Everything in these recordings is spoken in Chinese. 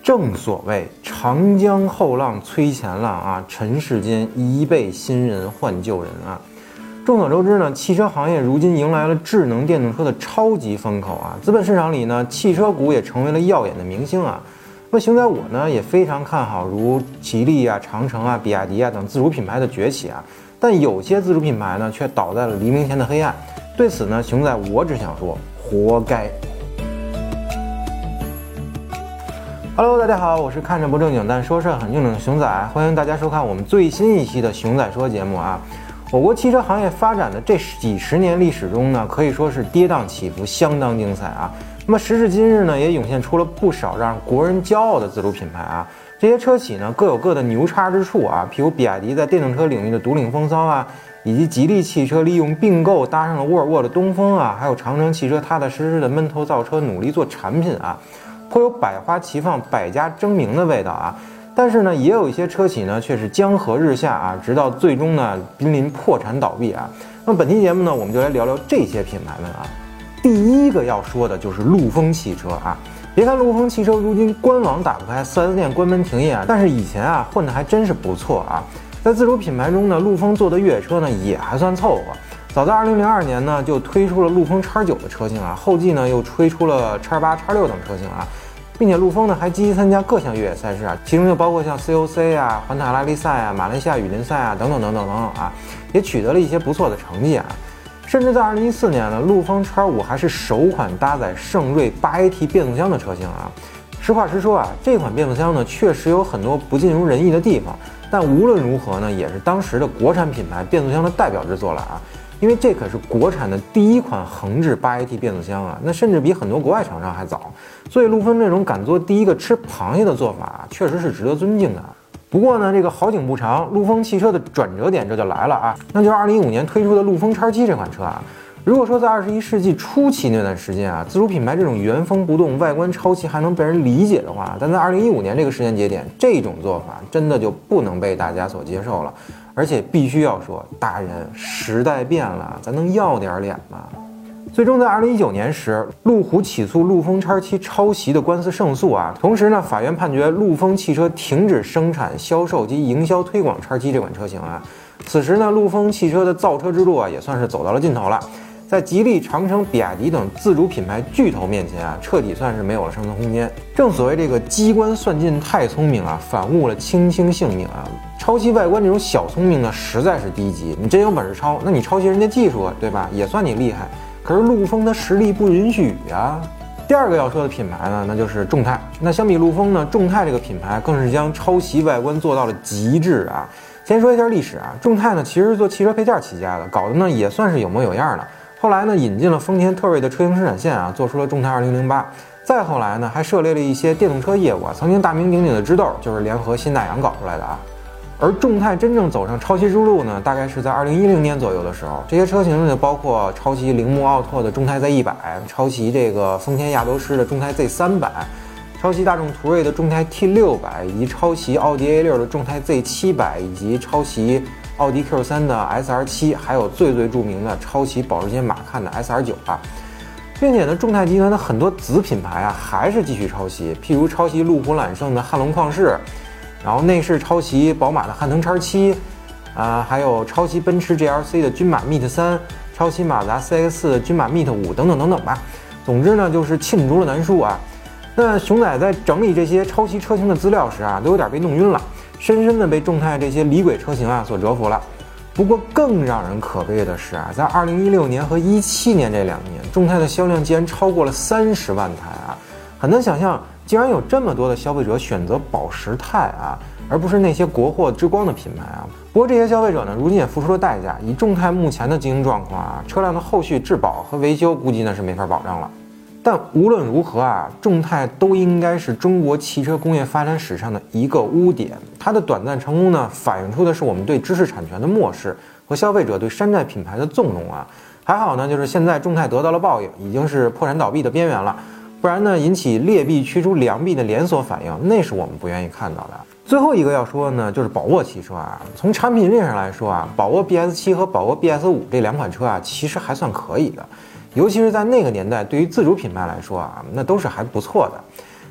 正所谓长江后浪推前浪啊，尘世间一辈新人换旧人啊。众所周知呢，汽车行业如今迎来了智能电动车的超级风口啊，资本市场里呢，汽车股也成为了耀眼的明星啊。那么熊仔我呢也非常看好如吉利啊、长城啊、比亚迪啊等自主品牌的崛起啊，但有些自主品牌呢却倒在了黎明前的黑暗。对此呢，熊仔我只想说，活该。Hello， 大家好，我是看着不正经但说事很正经的熊仔，欢迎大家收看我们最新一期的熊仔说节目啊。我国汽车行业发展的这几十年历史中呢，可以说是跌宕起伏，相当精彩啊。那么时至今日呢，也涌现出了不少让国人骄傲的自主品牌啊。这些车企呢各有各的牛叉之处啊，譬如比亚迪在电动车领域的独领风骚啊，以及吉利汽车利用并购搭上了沃尔沃的东风啊，还有长城汽车踏踏实实的闷头造车，努力做产品啊，颇有百花齐放、百家争鸣的味道啊。但是呢，也有一些车企呢却是江河日下啊，直到最终呢濒临破产倒闭啊。那么本期节目呢，我们就来聊聊这些品牌们啊。第一个要说的就是陆风汽车啊。别看陆风汽车如今官网打不开，4S店关门停业啊，但是以前啊混得还真是不错啊。在自主品牌中呢，陆风做的越野车呢也还算凑合。早在2002年呢就推出了陆风 X9 的车型啊，后继呢又推出了 X8、X6等车型啊，并且陆风呢还积极参加各项越野赛事啊，其中就包括像 COC 啊、环塔拉力赛啊、马来西亚雨林赛啊等等啊，也取得了一些不错的成绩啊。甚至在2014年呢，陆风 X5 还是首款搭载圣锐 8AT 变速箱的车型啊。实话实说啊，这款变速箱呢确实有很多不尽如人意的地方，但无论如何呢，也是当时的国产品牌变速箱的代表之作了啊。因为这可是国产的第一款横置 8AT 变速箱啊，那甚至比很多国外厂商还早，所以陆风这种敢做第一个吃螃蟹的做法确实是值得尊敬的。不过呢，这个好景不长，陆风汽车的转折点这就来了啊，那就是2015年推出的陆风 X7 这款车啊。如果说在21世纪初期那段时间啊，自主品牌这种原封不动、外观抄袭还能被人理解的话，但在2015年这个时间节点，这种做法真的就不能被大家所接受了。而且必须要说，大人时代变了，咱能要点脸吗？最终在2019年时，路虎起诉陆风 X7 抄袭的官司胜诉啊，同时呢，法院判决陆风汽车停止生产、销售及营销推广 X7 这款车型啊。此时呢，陆风汽车的造车之路啊，也算是走到了尽头了。在吉利、长城、比亚迪等自主品牌巨头面前啊，彻底算是没有了生存空间。正所谓这个机关算尽太聪明啊，反误了卿卿性命啊。抄袭外观这种小聪明呢，实在是低级。你真有本事抄，那你抄袭人家技术，对吧？也算你厉害。可是陆风的实力不允许啊。第二个要说的品牌呢，那就是众泰。那相比陆风呢，众泰这个品牌更是将抄袭外观做到了极致啊。先说一下历史啊，众泰呢其实是做汽车配件起家的，搞得呢也算是有模有样的。后来呢，引进了丰田特锐的车型生产线啊，做出了众泰2008。再后来呢，还涉猎了一些电动车业务啊，曾经大名鼎鼎的知豆就是联合新大洋搞出来的啊。而众泰真正走上抄袭之路呢，大概是在2010年左右的时候。这些车型呢，就包括抄袭铃木奥拓的众泰 Z100，抄袭这个丰田亚洲狮的众泰 Z300，抄袭大众途锐的众泰 T600，以及抄袭奥迪 A6 的众泰 Z700，以及抄袭奥迪 Q3 的 SR7，还有最著名的抄袭保时捷马看的 SR9啊。并且呢，众泰集团的很多子品牌啊，还是继续抄袭，譬如抄袭路虎揽胜的汉龙旷世。然后内饰抄袭宝马的汉腾 X7，还有抄袭奔驰 GLC 的骏马 Meet 3，抄袭马自达 CX-4 的骏马 Meet 5等等吧。总之呢，就是罄竹了难书啊。那熊仔在整理这些抄袭车型的资料时啊，都有点被弄晕了，深深的被众泰这些离轨车型啊所折服了。不过更让人可悲的是啊，在2016年和17年这2年，众泰的销量竟然超过了30万台啊，很难想象。竟然有这么多的消费者选择保时泰啊，而不是那些国货之光的品牌啊。不过这些消费者呢，如今也付出了代价。以众泰目前的经营状况啊，车辆的后续质保和维修估计呢是没法保障了。但无论如何啊，众泰都应该是中国汽车工业发展史上的一个污点。它的短暂成功呢，反映出的是我们对知识产权的漠视和消费者对山寨品牌的纵容啊。还好呢，就是现在众泰得到了报应，已经是破产倒闭的边缘了。不然呢，引起劣币驱逐良币的连锁反应，那是我们不愿意看到的。最后一个要说的呢，就是宝沃汽车啊。从产品力上来说啊，宝沃 BS7 和宝沃 BS5这2款车啊，其实还算可以的，尤其是在那个年代，对于自主品牌来说啊，那都是还不错的。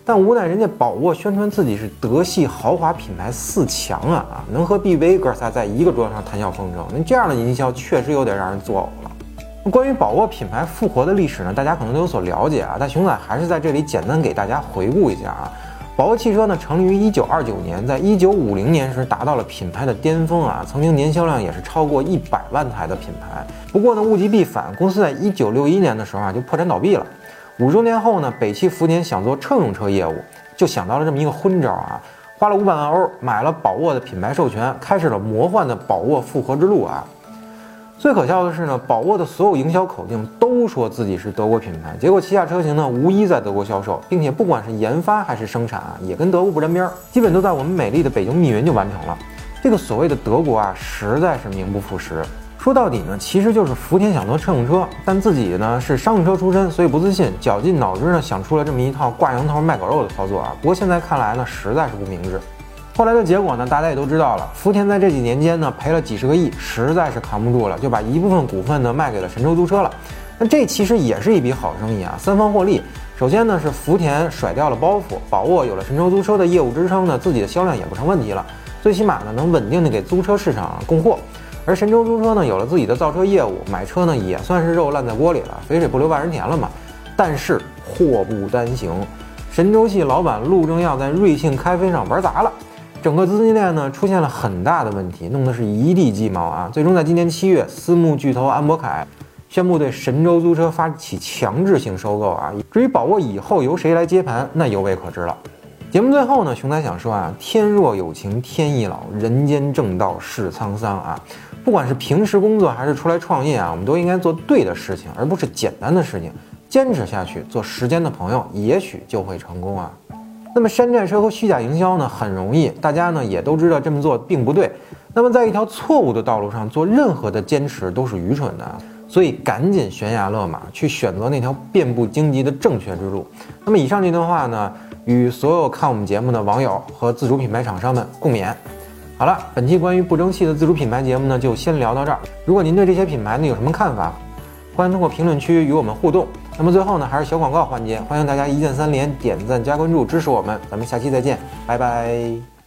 但无奈人家宝沃宣传自己是德系豪华品牌4强啊，能和 BV 哥仨在一个桌子上谈笑风生，那这样的营销确实有点让人作呕了。关于宝沃品牌复活的历史呢，大家可能都有所了解啊，但熊仔还是在这里简单给大家回顾一下啊。宝沃汽车呢，成立于1929年，在1950年时达到了品牌的巅峰啊，曾经年销量也是超过100万台的品牌。不过呢，物极必反，公司在1961年的时候啊就破产倒闭了。5周年后呢，北汽福田想做乘用车业务，就想到了这么一个昏招啊，花了500万欧买了宝沃的品牌授权，开始了魔幻的宝沃复活之路啊。最可笑的是呢，宝沃的所有营销口径都说自己是德国品牌，结果旗下车型呢无一在德国销售，并且不管是研发还是生产啊，也跟德国不沾边，基本都在我们美丽的北京密云就完成了。这个所谓的德国啊，实在是名不副实。说到底呢，其实就是福田想做乘用车，但自己呢是商用车出身，所以不自信，绞尽脑汁呢想出了这么一套挂羊头卖狗肉的操作啊。不过现在看来呢，实在是不明智。后来的结果呢，大家也都知道了，福田在这几年间呢赔了几十个亿，实在是扛不住了，就把一部分股份呢卖给了神州租车了。那这其实也是一笔好生意啊，三方获利。首先呢是福田甩掉了包袱，宝沃有了神州租车的业务支撑呢，自己的销量也不成问题了，最起码呢能稳定的给租车市场供货。而神州租车呢有了自己的造车业务，买车呢也算是肉烂在锅里了，肥水不流外人田了嘛。但是祸不单行，神州系老板陆正耀在瑞幸开飞上玩砸了。整个资金链呢出现了很大的问题，弄得是一地鸡毛啊！最终在今年7月，私募巨头安博凯宣布对神州租车发起强制性收购啊！至于宝沃以后由谁来接盘，那犹未可知了。节目最后呢，熊仔想说啊，天若有情天亦老，人间正道是沧桑啊！不管是平时工作还是出来创业啊，我们都应该做对的事情，而不是简单的事情。坚持下去，做时间的朋友，也许就会成功啊！那么山寨车和虚假营销呢，很容易，大家呢也都知道这么做并不对。那么在一条错误的道路上做任何的坚持都是愚蠢的，所以赶紧悬崖勒马，去选择那条遍布荆棘的正确之路。那么以上这段话呢，与所有看我们节目的网友和自主品牌厂商们共勉。好了，本期关于不争气的自主品牌节目呢，就先聊到这儿。如果您对这些品牌呢有什么看法，欢迎通过评论区与我们互动。那么最后呢，还是小广告环节，欢迎大家一键3连，点赞加关注支持我们，咱们下期再见，拜拜。